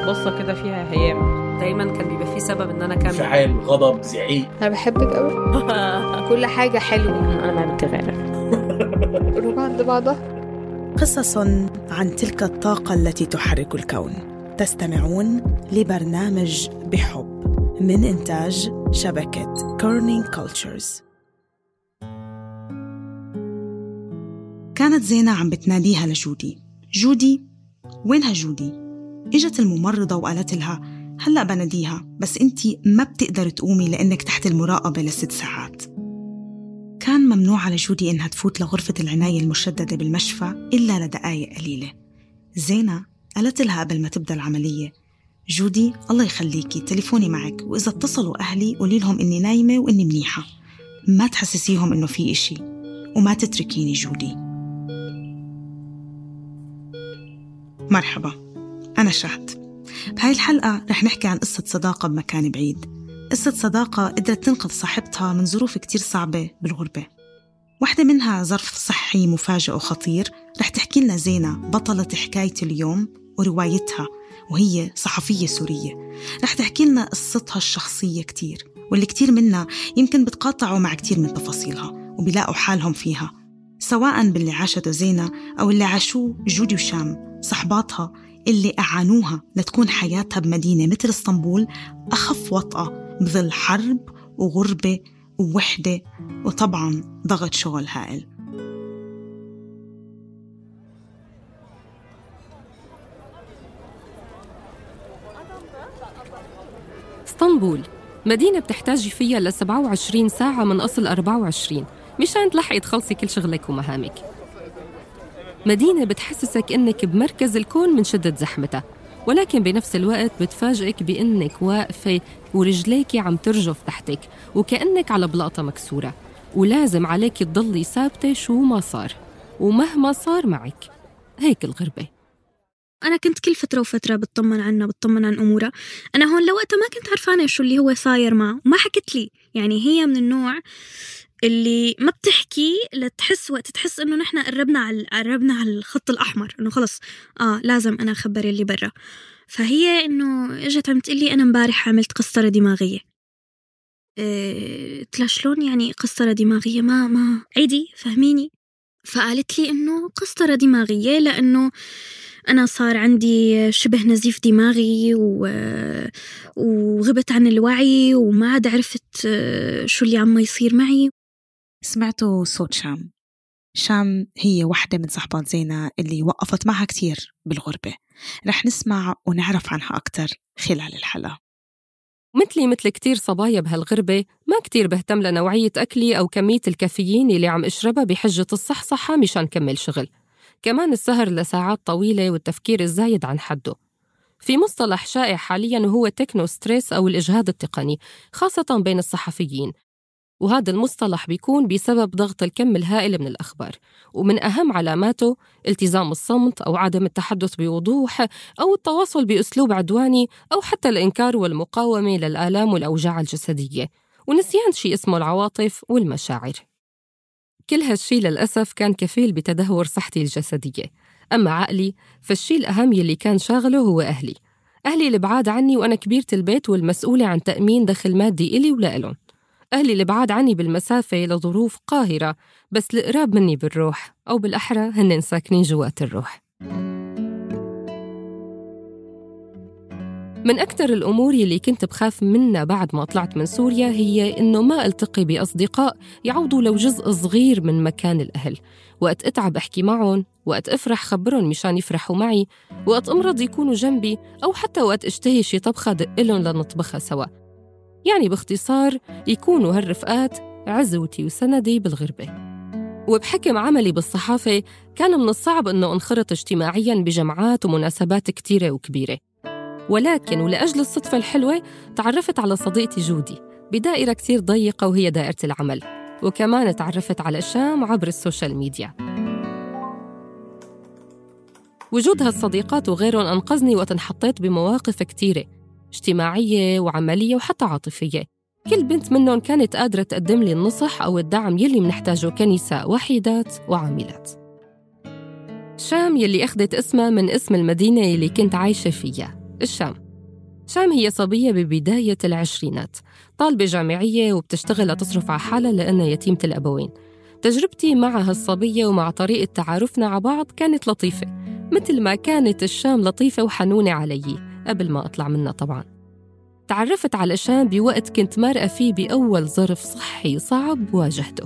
بصة كده فيها هيام. دايما كان بيبقى فيه سبب ان انا كمل. انفعال، غضب، زعيق. انا بحبك قوي. كل حاجه حلوه. انا ما بتغير. قلوب عند بعضها. قصص عن تلك الطاقة التي تحرك الكون. تستمعون لبرنامج بحب من إنتاج شبكة كورنينج كولتشرز. كانت زينة عم بتناديها لجودي. جودي؟ وينها جودي؟ إجت الممرضة وقالت لها هلأ بناديها، بس أنتي ما بتقدر تقومي لأنك تحت المراقبة ل6 ساعات. كان ممنوع على جودي إنها تفوت لغرفة العناية المشددة بالمشفى إلا لدقايق قليلة. زينة قالت لها قبل ما تبدأ العملية: جودي الله يخليكي تليفوني معك، وإذا اتصلوا أهلي قولي لهم إني نايمة وإني منيحة، ما تحسسيهم إنه في إشي، وما تتركيني جودي. مرحبا، أنا شهد. بهاي الحلقة رح نحكي عن قصة صداقة بمكان بعيد، قصة صداقة قدرت تنقذ صاحبتها من ظروف كتير صعبة بالغربة. واحدة منها ظرف صحي مفاجئ وخطير رح تحكي لنا زينة، بطلة حكاية اليوم وروايتها، وهي صحفية سورية. رح تحكي لنا قصتها الشخصية كتير، واللي كتير منا يمكن بتقاطعوا مع كتير من تفاصيلها وبيلاقوا حالهم فيها، سواء باللي عاشته زينة أو اللي عاشوه جودي وشام صحباتها اللي أعانوها لتكون حياتها بمدينة مثل اسطنبول أخف وطأة بظل حرب وغربة ووحدة وطبعاً ضغط شغل هائل. اسطنبول مدينة بتحتاجي فيها ل 27 ساعة من أصل 24 مشان تلحقي تخلصي كل شغلك ومهامك. مدينة بتحسسك إنك بمركز الكون من شدة زحمتها، ولكن بنفس الوقت بتفاجئك بإنك واقفة ورجليك عم ترجف تحتك وكأنك على بلاطة مكسورة، ولازم عليك تضلي ثابتة شو ما صار ومهما صار معك. هيك الغربة. أنا كنت كل فترة وفترة بتطمن عنها، بتطمن عن أمورها. أنا هون لوقتها ما كنت عارفانة شو اللي هو صاير معه، وما حكت لي. يعني هي من النوع اللي ما بتحكي لتحس وقت تحس إنه نحن قربنا على الخط الأحمر، إنه خلص لازم أنا أخبر اللي برا. فهي إنه إجت عم تقلي أنا مبارح عملت قسطرة دماغية. قلت لها شلون يعني قسطرة دماغية؟ ما عيدي فهميني. فقالت لي إنه قسطرة دماغية لأنه أنا صار عندي شبه نزيف دماغي وغبت عن الوعي وما عاد عرفت شو اللي عم يصير معي. سمعتوا صوت شام هي واحدة من صحبات زينة اللي وقفت معها كتير بالغربة. رح نسمع ونعرف عنها أكتر خلال الحلقة. مثل كتير صبايا بهالغربة ما كتير بهتم لنوعية أكلي أو كمية الكافيين اللي عم أشربها بحجة الصحصحة مشان كمل شغل. كمان السهر لساعات طويلة والتفكير الزايد عن حده. في مصطلح شائع حالياً وهو تكنو ستريس أو الإجهاد التقني، خاصة بين الصحفيين، وهذا المصطلح بيكون بسبب ضغط الكم الهائل من الأخبار، ومن أهم علاماته التزام الصمت أو عدم التحدث بوضوح أو التواصل بأسلوب عدواني أو حتى الإنكار والمقاومة للآلام والأوجاع الجسدية، ونسيان شيء اسمه العواطف والمشاعر. كل هالشي للأسف كان كفيل بتدهور صحتي الجسدية. أما عقلي فالشي الأهم يلي كان شاغله هو أهلي اللي بعاد عني وأنا كبيرة البيت والمسؤولة عن تأمين دخل مادي إلي ولإلهم. أهلي اللي بعاد عني بالمسافة لظروف قاهرة، بس القراب مني بالروح، أو بالأحرى هن ساكنين جوات الروح. من أكتر الأمور يلي كنت بخاف منها بعد ما طلعت من سوريا هي إنه ما ألتقي بأصدقاء يعودوا لو جزء صغير من مكان الأهل. وقت أتعب أحكي معهم، وقت أفرح خبرهم مشان يفرحوا معي، وقت أمرض يكونوا جنبي، أو حتى وقت أشتهي شي طبخة دقلهم لنطبخها سوا. يعني باختصار يكونوا هالرفقات عزوتي وسندي بالغربة. وبحكم عملي بالصحافة كان من الصعب أنه انخرط اجتماعياً بجمعات ومناسبات كتيرة وكبيرة، ولكن ولأجل الصدفة الحلوة تعرفت على صديقتي جودي بدائرة كتير ضيقة وهي دائرة العمل، وكمان تعرفت على شام عبر السوشيال ميديا. وجود هالصديقات وغيرهم أنقذني وقت انحطيت بمواقف كتيرة اجتماعية وعملية وحتى عاطفية. كل بنت منهم كانت قادرة تقدم لي النصح أو الدعم يلي منحتاجه كنساء وحيدات وعاملات. شام يلي أخذت اسمها من اسم المدينة يلي كنت عايشة فيها، الشام. شام هي صبية ببداية العشرينات، طالبة جامعية وبتشتغل تصرف على حالها لأنها يتيمة الأبوين. تجربتي مع هالصبية ومع طريقة تعارفنا على بعض كانت لطيفة، مثل ما كانت الشام لطيفة وحنونة علي قبل ما أطلع منها طبعاً. تعرفت على الشام بوقت كنت مارقة فيه بأول ظرف صحي صعب واجهته.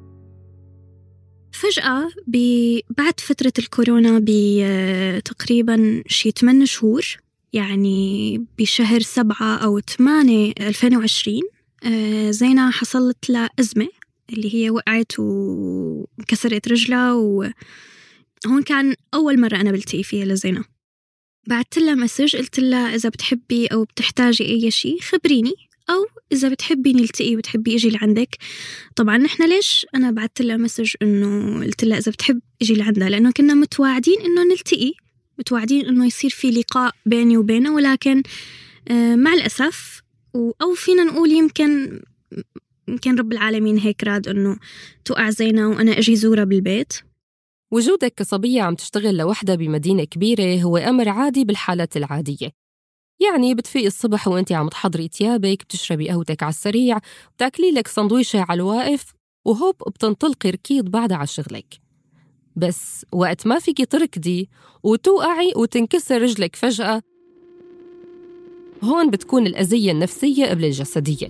فجأة بعد فترة الكورونا بتقريباً شي 8 شهور، يعني بشهر 7 أو 8 2020، زينة حصلت لها أزمة اللي هي وقعت وكسرت رجلها، وهون كان أول مرة أنا بلتقي فيها لزينة. بعت لها مسج قلت لها إذا بتحبي أو بتحتاجي أي شيء خبريني، أو إذا بتحبي نلتقي وبتحبي إجي لعندك. طبعا نحن ليش أنا بعت لها مسج إنه قلت لها إذا بتحب إجي لعندها، لأنه كنا متواعدين إنه نلتقي، متواعدين إنه يصير في لقاء بيني وبينها، ولكن مع الأسف أو فينا نقول يمكن رب العالمين هيك راد إنه توقع زينة وأنا أجي زورها بالبيت. وجودك كصبية عم تشتغل لوحدة بمدينة كبيرة هو أمر عادي بالحالات العادية، يعني بتفيق الصبح وانتي عم تحضري تيابك، بتشربي قهوتك على السريع، بتاكلي لك سندويشة على الواقف، وهوب بتنطلقي ركيض بعدها على شغلك. بس وقت ما فيكي تركضي وتوقعي وتنكسر رجلك فجأة، هون بتكون الأذية النفسية قبل الجسدية.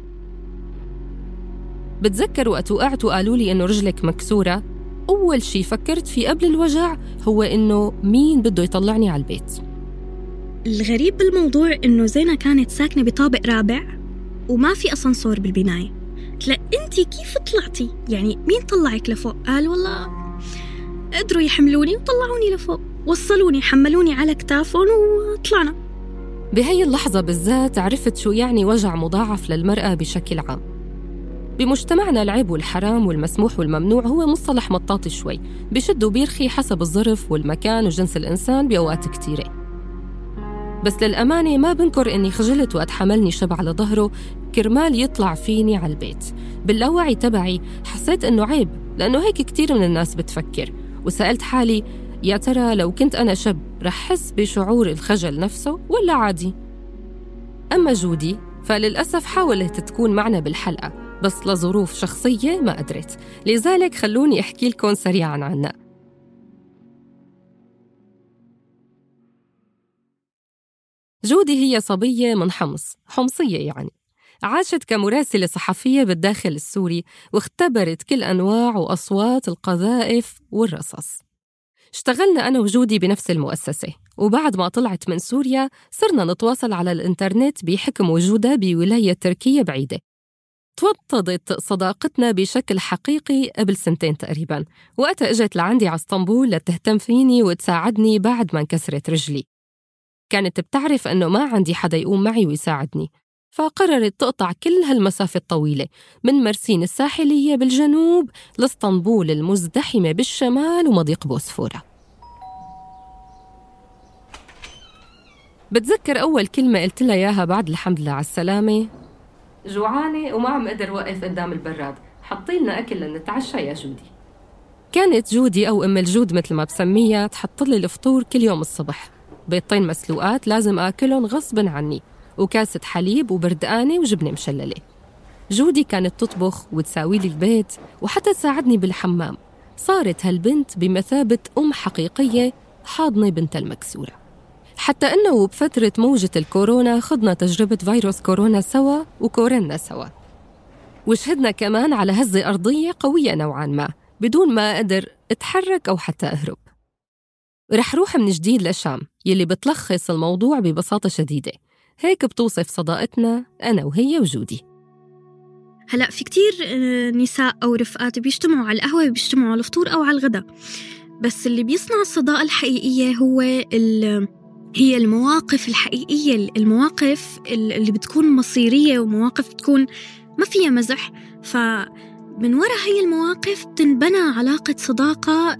بتذكر وقت وقعت وقالوا لي إنه رجلك مكسورة، أول شي فكرت فيه قبل الوجع هو إنه مين بده يطلعني على البيت. الغريب بالموضوع إنه زينة كانت ساكنة بطابق رابع وما في أسانسور بالبناية. قلت لها أنتي كيف طلعتي؟ يعني مين طلعك لفوق؟ قال والله قدروا يحملوني وطلعوني لفوق، وصلوني حملوني على كتافهم وطلعنا. بهي اللحظة بالذات عرفت شو يعني وجع مضاعف للمرأة بشكل عام. بمجتمعنا العيب والحرام والمسموح والممنوع هو مصطلح مطاطي شوي، بشد وبيرخي حسب الظرف والمكان وجنس الإنسان بأوقات كتيرة. بس للأمانة ما بنكر إني خجلت وقت حملني شب على ظهره كرمال يطلع فيني على البيت. باللاوعي تبعي حسيت إنه عيب، لأنه هيك كتير من الناس بتفكر، وسألت حالي يا ترى لو كنت أنا شب رح حس بشعور الخجل نفسه ولا عادي؟ أما جودي فللأسف حاولت تكون معنا بالحلقة، بس لظروف شخصية ما قدرت، لذلك خلوني أحكي لكم سريعاً عنها. جودي هي صبية من حمصية يعني، عاشت كمراسلة صحفية بالداخل السوري، واختبرت كل أنواع وأصوات القذائف والرصاص. اشتغلنا أنا وجودي بنفس المؤسسة، وبعد ما طلعت من سوريا صرنا نتواصل على الإنترنت بحكم وجودها بولاية تركية بعيدة. توطدت صداقتنا بشكل حقيقي قبل 2 سنين تقريباً، وقتها اجت لعندي على اسطنبول لتهتم فيني وتساعدني بعد ما انكسرت رجلي. كانت بتعرف أنه ما عندي حدا يقوم معي ويساعدني، فقررت تقطع كل هالمسافة الطويلة من مرسين الساحلية بالجنوب لاسطنبول المزدحمة بالشمال ومضيق بوسفورة. بتذكر أول كلمة قلت لها إياها بعد الحمد لله على السلامة: جوعانة وما عم قدر وقف قدام البراد، حطي لنا أكل لنتعشى يا جودي. كانت جودي أو أم الجود مثل ما بسميها تحط لي الفطور كل يوم الصبح، بيضتين مسلوقات لازم آكلهم غصباً عني، وكاسة حليب وبردقانة وجبنة مشللة. جودي كانت تطبخ وتساوي لي البيت وحتى تساعدني بالحمام. صارت هالبنت بمثابة أم حقيقية حاضنة بنتها المكسورة. حتى أنه بفترة موجة الكورونا خضنا تجربة فيروس كورونا سوا وكورنا سوا، وشهدنا كمان على هزة أرضية قوية نوعاً ما بدون ما أقدر أتحرك أو حتى أهرب. رح روح من جديد لشام يلي بتلخص الموضوع ببساطة شديدة، هيك بتوصف صداقتنا أنا وهي وجودي. هلأ في كتير نساء أو رفقات بيجتمعوا على القهوة، بيجتمعوا على الفطور أو على الغداء، بس اللي بيصنع الصداقة الحقيقية هي المواقف الحقيقية، المواقف اللي بتكون مصيرية، ومواقف بتكون ما فيها مزح. فمن وراء هي المواقف تنبنى علاقة صداقة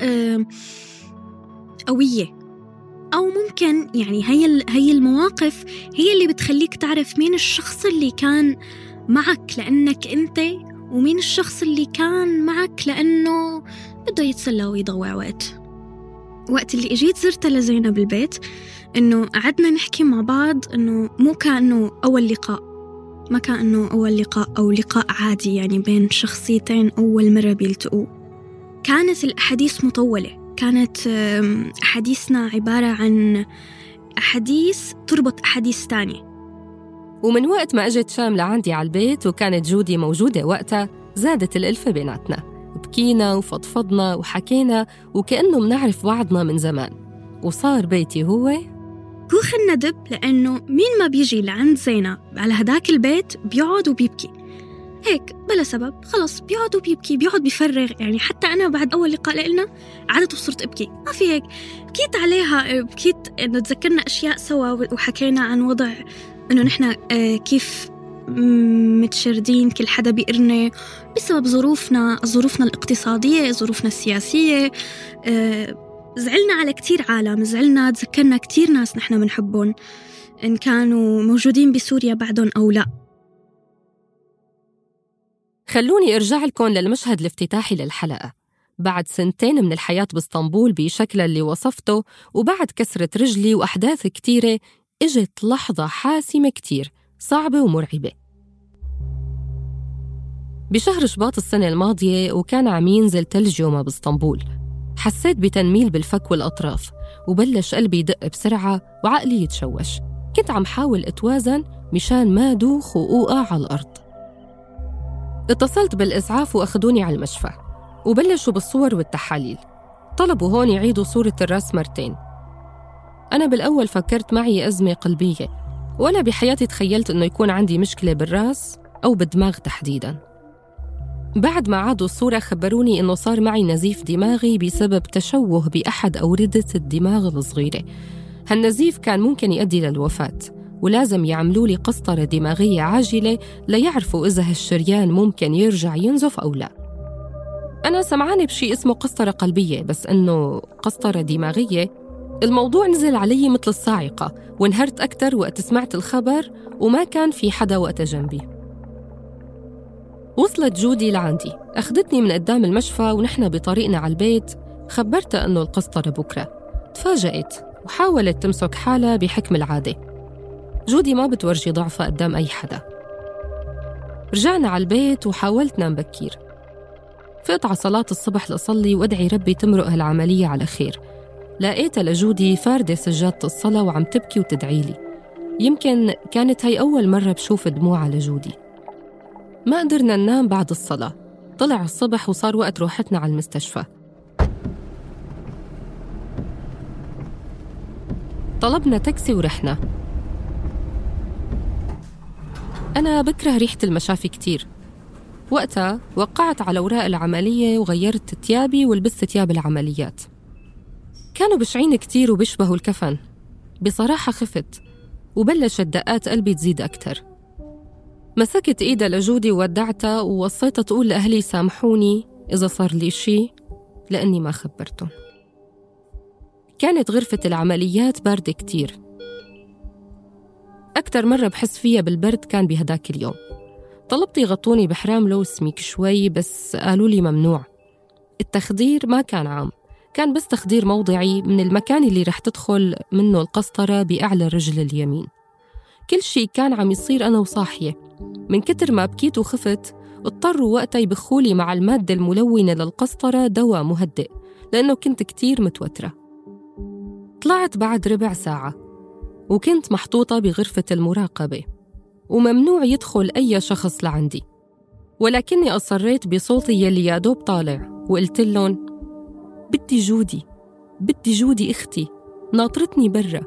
قوية، أو ممكن يعني هي المواقف هي اللي بتخليك تعرف مين الشخص اللي كان معك لأنك أنت، ومين الشخص اللي كان معك لأنه بده يتسلى ويضوع وقت. وقت اللي إجيت زرتها لزينب بالبيت، إنه قعدنا نحكي مع بعض، إنه مو كأنه أول لقاء، ما كان إنه أول لقاء أو لقاء عادي يعني بين شخصيتين أول مرة بيلتقوا. كانت الأحاديث مطولة، كانت أحاديثنا عبارة عن أحاديث تربط أحاديث تانية. ومن وقت ما أجت شام لعندي على البيت وكانت جودي موجودة وقتها، زادت الألفة بيناتنا، بكينا وفضفضنا وحكينا وكأنه منعرف بعضنا من زمان، وصار بيتي هو كوخ الندب، لأنه مين ما بيجي لعند زينب على هداك البيت بيقعد وبيبكي هيك بلا سبب، خلص بيقعد وبيبكي، بيقعد بيفرغ. يعني حتى أنا بعد أول لقاء لنا عادت وصرت أبكي، ما في هيك، بكيت عليها، بكيت إنه تذكرنا أشياء سوا وحكينا عن وضع إنه نحنا كيف متشردين، كل حدا بيقرنا بسبب ظروفنا الاقتصادية، ظروفنا السياسية. زعلنا على كتير عالم، زعلنا، تذكرنا كتير ناس نحنا بنحبهم إن كانوا موجودين بسوريا بعدهم أو لا. خلوني أرجع لكم للمشهد الافتتاحي للحلقة. بعد 2 من الحياة باسطنبول بشكل اللي وصفته، وبعد كسرة رجلي وأحداث كتيرة، إجت لحظة حاسمة كتير صعبة ومرعبة. بشهر شباط السنة الماضية، وكان عم ينزل تلج يومها باسطنبول، حسيت بتنميل بالفك والأطراف، وبلش قلبي يدق بسرعة وعقلي يتشوش. كنت عم حاول أتوازن مشان ما دوخ وأوقع على الأرض. اتصلت بالإسعاف وأخدوني على المشفى، وبلشوا بالصور والتحاليل. طلبوا هون يعيدوا صورة الراس مرتين. أنا بالأول فكرت معي أزمة قلبية، ولا بحياتي تخيلت إنه يكون عندي مشكلة بالراس أو بالدماغ تحديداً. بعد ما عادوا الصورة خبروني إنه صار معي نزيف دماغي بسبب تشوه بأحد أوردة الدماغ الصغيرة. هالنزيف كان ممكن يؤدي للوفاة، ولازم يعملوا لي قسطرة دماغية عاجلة ليعرفوا إذا هالشريان ممكن يرجع ينزف أو لا. أنا سمعانة بشي اسمه قسطرة قلبية، بس إنه قسطرة دماغية الموضوع نزل علي مثل الصاعقة، وانهرت أكتر وقت سمعت الخبر، وما كان في حدا وقت جنبي. وصلت جودي لعندي، أخدتني من قدام المشفى، ونحن بطريقنا على البيت خبرتها إنه القسطرة بكرة. تفاجأت وحاولت تمسك حالها بحكم العادة. جودي ما بتورجي ضعفها قدام أي حدا. رجعنا على البيت وحاولت نام بكير. فقت على صلاة الصبح لأصلي وأدعي ربي تمرق هالعملية على خير. لقيتها لجودي فاردة سجادة الصلاة وعم تبكي وتدعي لي. يمكن كانت هاي أول مرة بشوف دموع لجودي. ما قدرنا ننام بعد الصلاة. طلع الصبح وصار وقت روحتنا على المستشفى. طلبنا تاكسي ورحنا. أنا بكره ريحة المشافي كتير. وقتها وقعت على أوراق العملية وغيرت ثيابي ولبست ثياب العمليات. كانوا بشعين كتير وبيشبهوا الكفن. بصراحة خفت وبلشت دقات قلبي تزيد أكتر. مسكت إيدها لجودي وودعتها ووصيتها تقول لأهلي سامحوني إذا صار لي شي لأني ما خبرتهم. كانت غرفة العمليات باردة كتير. أكتر مرة بحس فيها بالبرد كان بهداك اليوم. طلبت يغطوني بحرام لو سميك شوي، بس قالوا لي ممنوع. التخدير ما كان عام، كان بس تخدير موضعي من المكان اللي رح تدخل منه القسطرة بأعلى الرجل اليمين. كل شي كان عم يصير أنا وصاحية. من كتر ما بكيت وخفت اضطروا وقتها يبخولي مع المادة الملونة للقسطرة دواء مهدئ لأنه كنت كتير متوترة. طلعت بعد ربع ساعة وكنت محطوطة بغرفة المراقبة وممنوع يدخل أي شخص لعندي، ولكني أصريت بصوتي يلي يا دوب طالع وقلت لهم بدي جودي أختي ناطرتني برا.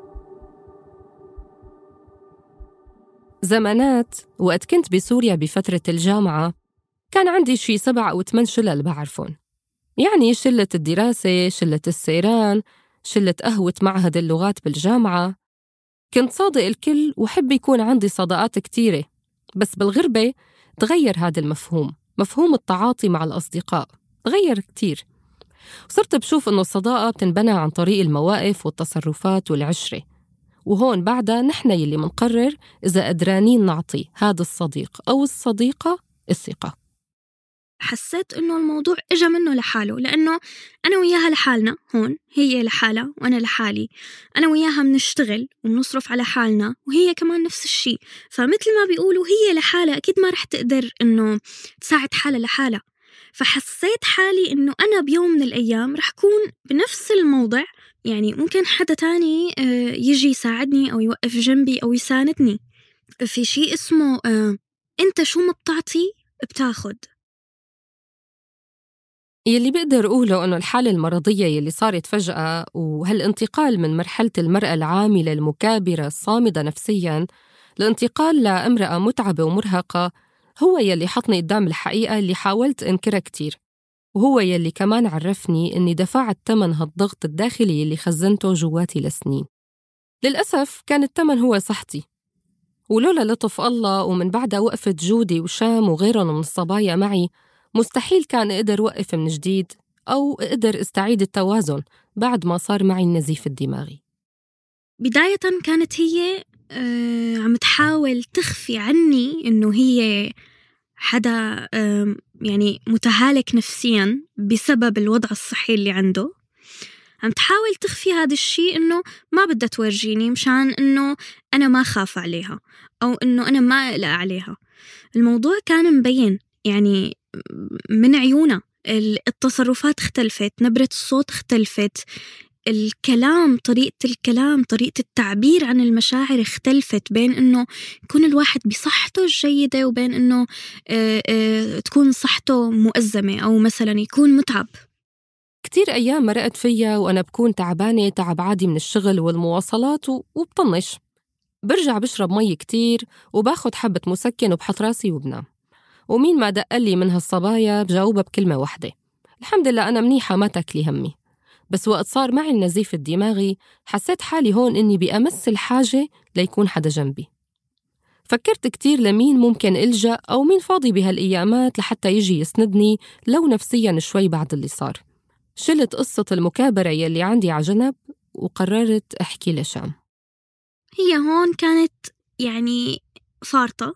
زمانات وقت كنت بسوريا بفترة الجامعة كان عندي شي 7 أو 8 شلل بعرفهم، يعني شلة الدراسة، شلة السيران، شلة قهوة معهد اللغات بالجامعة. كنت صادق الكل وحب يكون عندي صداقات كتيرة، بس بالغربة تغير هذا المفهوم، مفهوم التعاطي مع الأصدقاء تغير كتير. صرت بشوف إنه الصداقة بتنبنى عن طريق المواقف والتصرفات والعشرة، وهون بعدها نحن يلي منقرر إذا قدرانين نعطي هذا الصديق أو الصديقة الثقة. حسيت إنه الموضوع إجا منه لحاله، لأنه أنا وياها لحالنا هون، هي لحالها وأنا لحالي، أنا وياها بنشتغل وبنصرف على حالنا وهي كمان نفس الشيء. فمثل ما بيقولوا هي لحالها أكيد ما رح تقدر إنه تساعد حالها لحالها. فحسيت حالي إنه أنا بيوم من الأيام رح أكون بنفس الموضع، يعني ممكن حدا تاني يجي يساعدني أو يوقف جنبي أو يساندني. في شيء اسمه أنت شو ما بتعطي بتاخد. يلي بقدر أقوله أنه الحالة المرضية يلي صارت فجأة وهالانتقال من مرحلة المرأة العاملة المكابرة الصامدة نفسياً الانتقال لامرأة متعبة ومرهقة هو يلي حطني قدام الحقيقة اللي حاولت أنكرها كتير، وهو يلي كمان عرفني أني دفعت تمن هالضغط الداخلي اللي خزنته جواتي لسنين. للأسف كان التمن هو صحتي، ولولا لطف الله ومن بعدها وقفت جودي وشام وغيرهم من الصبايا معي مستحيل كان أقدر وقف من جديد أو أقدر استعيد التوازن بعد ما صار معي النزيف الدماغي. بداية كانت هي عم تحاول تخفي عني إنه هي حدا يعني متهالك نفسياً بسبب الوضع الصحي اللي عنده. عم تحاول تخفي هذا الشيء إنه ما بدها تورجيني مشان إنه أنا ما خاف عليها أو إنه أنا ما أقلق عليها. الموضوع كان مبين يعني من عيونها، التصرفات اختلفت، نبرة الصوت اختلفت، الكلام، طريقة التعبير عن المشاعر اختلفت، بين إنه يكون الواحد بصحته الجيدة وبين إنه تكون صحته مؤزمة أو مثلا يكون متعب. كتير أيام مرقت فيها وأنا بكون تعبانة تعب عادي من الشغل والمواصلات وبطنش، برجع بشرب مي كتير وباخد حبة مسكن وبحط راسي وبنام، ومين ما دقلي من هالصبايا بجاوبها بكلمة واحدة: الحمد لله أنا منيحة ما تاكلي همي. بس وقت صار معي النزيف الدماغي حسيت حالي هون إني بأمس الحاجة ليكون حدا جنبي. فكرت كتير لمين ممكن ألجأ أو مين فاضي بهالأيامات لحتى يجي يسندني لو نفسياً شوي بعد اللي صار. شلت قصة المكابرة يلي عندي على جنب وقررت أحكي لشام. هي هون كانت يعني فارطة،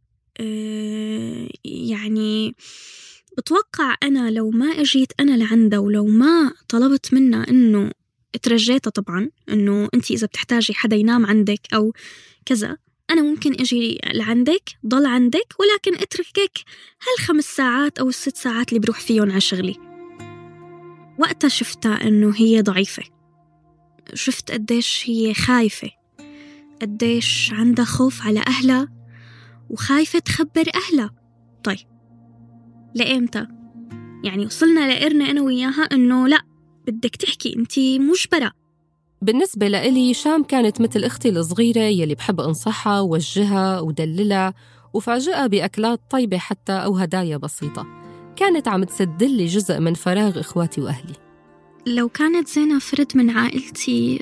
يعني بتوقع أنا لو ما أجيت أنا لعندها ولو ما طلبت منها إنه اترجيتها طبعاً إنه أنتي إذا بتحتاجي حدا ينام عندك أو كذا أنا ممكن أجي لعندك ضل عندك، ولكن أتركك هال5 ساعات أو 6 ساعات اللي بروح فيهم على شغلي. وقتها شفتها إنه هي ضعيفة، شفت قديش هي خايفة، قديش عندها خوف على أهلها وخايفة تخبر أهلها. طيب لإمتى؟ يعني وصلنا لقرنا أنا وياها إنه لا بدك تحكي، أنتي مجبرة. بالنسبة لإلي شام كانت مثل أختي الصغيرة يلي بحب أنصحها ووجهها ودللها وفاجئها بأكلات طيبة حتى أو هدايا بسيطة كانت عم تسدلي جزء من فراغ إخواتي وأهلي. لو كانت زينة فرد من عائلتي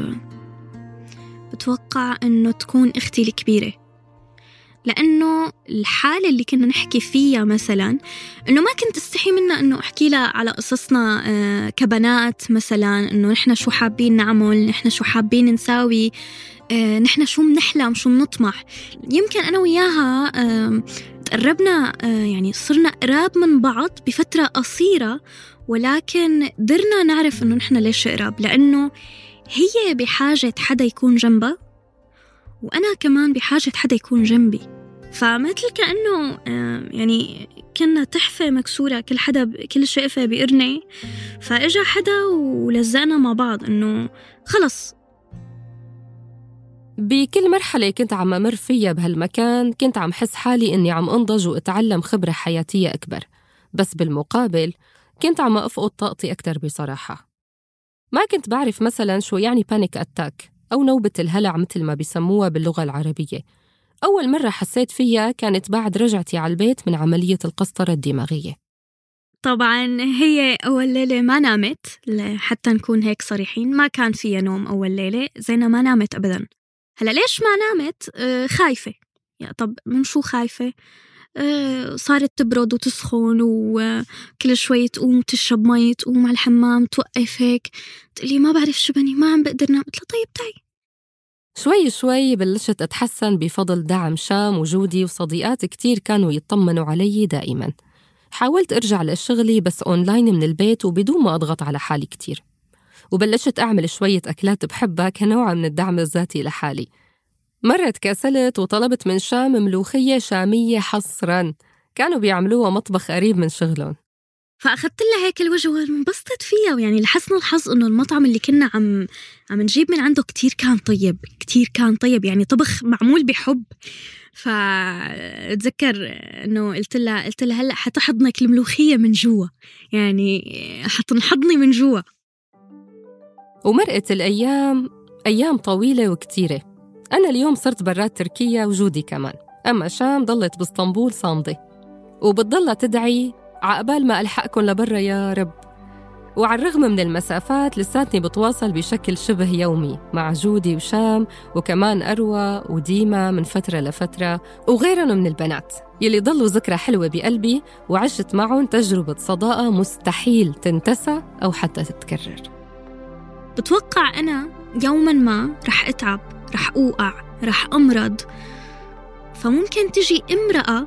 بتوقع إنه تكون أختي الكبيرة، لأنه الحالة اللي كنا نحكي فيها مثلاً إنه ما كنت استحي منها إنه أحكي لها على قصصنا كبنات مثلاً، إنه نحن شو حابين نعمل، نحن شو حابين نساوي، نحن شو منحلم شو منطمح. يمكن أنا وياها تقربنا، يعني صرنا قراب من بعض بفترة قصيرة، ولكن قدرنا نعرف إنه نحن ليش قراب، لأنه هي بحاجة حدا يكون جنبها وأنا كمان بحاجة حدا يكون جنبي. فمثل كأنه يعني كنا تحفة مكسورة، كل حدا كل شقفة بقرني، فإجا حدا ولزقنا مع بعض إنه خلص. بكل مرحلة كنت عم أمر فيها بهالمكان كنت عم حس حالي إني عم أنضج وأتعلم خبرة حياتية أكبر، بس بالمقابل كنت عم أفقد طاقتي أكتر بصراحة. ما كنت بعرف مثلاً شو يعني بانيك أتاك أو نوبة الهلع مثل ما بيسموها باللغة العربية. أول مرة حسيت فيها كانت بعد رجعتي على البيت من عملية القسطرة الدماغية. طبعاً هي أول ليلة ما نامت، حتى نكون هيك صريحين، ما كان فيها نوم أول ليلة، زينة ما نامت أبداً. هلا ليش ما نامت؟ خايفة. يا طب من شو خايفة؟ صارت تبرد وتسخن وكل شوي تقوم تشرب مي، تقوم على الحمام، توقف هيك تقولي ما بعرف شو بني، ما عم بقدر نام. قلت لها طيب تعي. شوي شوي بلشت أتحسن بفضل دعم شام وجودي وصديقات كتير كانوا يطمنوا علي دائما. حاولت أرجع لشغلي بس أونلاين من البيت وبدون ما أضغط على حالي كتير، وبلشت أعمل شوية أكلات بحبها كنوع من الدعم الذاتي لحالي. مرة تكاسلت وطلبت من شام ملوخية شامية حصراً، كانوا بيعملوها مطبخ قريب من شغلهم، فأخذت لها هيك الوجه وانبسطت فيها. ويعني لحسن الحظ إنه المطعم اللي كنا عم نجيب من عنده كتير كان طيب يعني طبخ معمول بحب. فأتذكر إنه قلت لها هلأ حتحضنك الملوخية من جوا، يعني حتنحضني من جوا. ومرقت الأيام أيام طويلة وكتيرة. أنا اليوم صرت برات تركيا وجودي كمان، أما شام ضلت باسطنبول صامدة وبتضلها تدعي عقبال ما ألحقكن لبرا يا رب. وعلى الرغم من المسافات لساتني بتواصل بشكل شبه يومي مع جودي وشام وكمان أروى وديما من فترة لفترة وغيرهم من البنات يلي ضلوا ذكرى حلوة بقلبي وعشت معهم تجربة صداقة مستحيل تنتسى أو حتى تتكرر. بتوقع أنا يوماً ما رح أتعب، رح أوقع، رح أمرض، فممكن تجي امرأة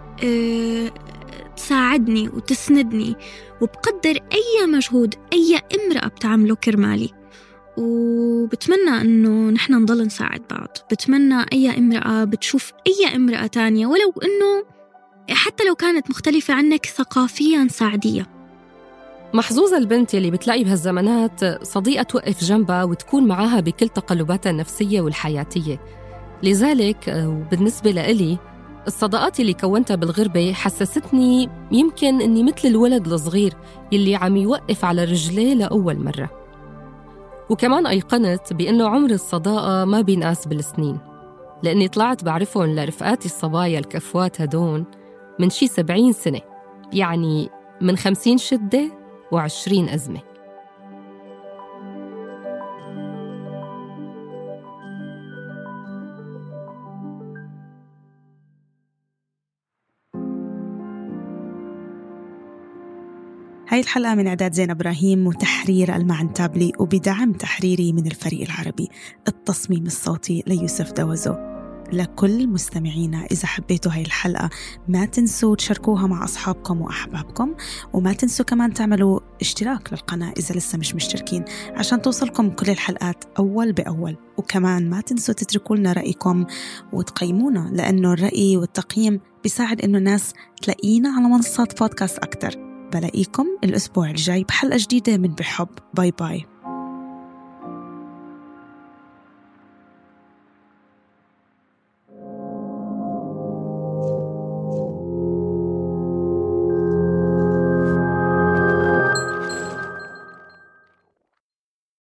تساعدني وتسندني، وبقدر أي مجهود أي امرأة بتعمله كرمالي. وبتمنى أنه نحن نضل نساعد بعض. بتمنى أي امرأة بتشوف أي امرأة تانية ولو أنه حتى لو كانت مختلفة عنك ثقافياً ساعدية. محظوظة البنت اللي بتلاقي بهالزمانات صديقة توقف جنبها وتكون معاها بكل تقلباتها النفسية والحياتية. لذلك بالنسبة لإلي الصداقات اللي كونتها بالغربة حسستني يمكن أني مثل الولد الصغير يلي عم يوقف على رجليه لأول مرة. وكمان أيقنت بأنه عمر الصداقة ما بينقاس بالسنين، لأني طلعت بعرفهم لرفقاتي الصبايا الكفوات هدون من شي 70 سنة، يعني من 50 شدة و20 أزمة. هاي الحلقة من إعداد زين إبراهيم وتحرير المعن تابلي وبدعم تحريري من الفريق العربي. التصميم الصوتي ليوسف دوزو. لكل مستمعينا إذا حبيتوا هاي الحلقة ما تنسوا تشاركوها مع أصحابكم وأحبابكم، وما تنسوا كمان تعملوا اشتراك للقناة إذا لسه مش مشتركين عشان توصلكم كل الحلقات أول بأول. وكمان ما تنسوا تتركوا لنا رأيكم وتقيمونا، لأنه الرأي والتقييم بيساعد إنه الناس تلاقينا على منصات بودكاست أكتر. بلاقيكم الأسبوع الجاي بحلقة جديدة من بحب. باي باي.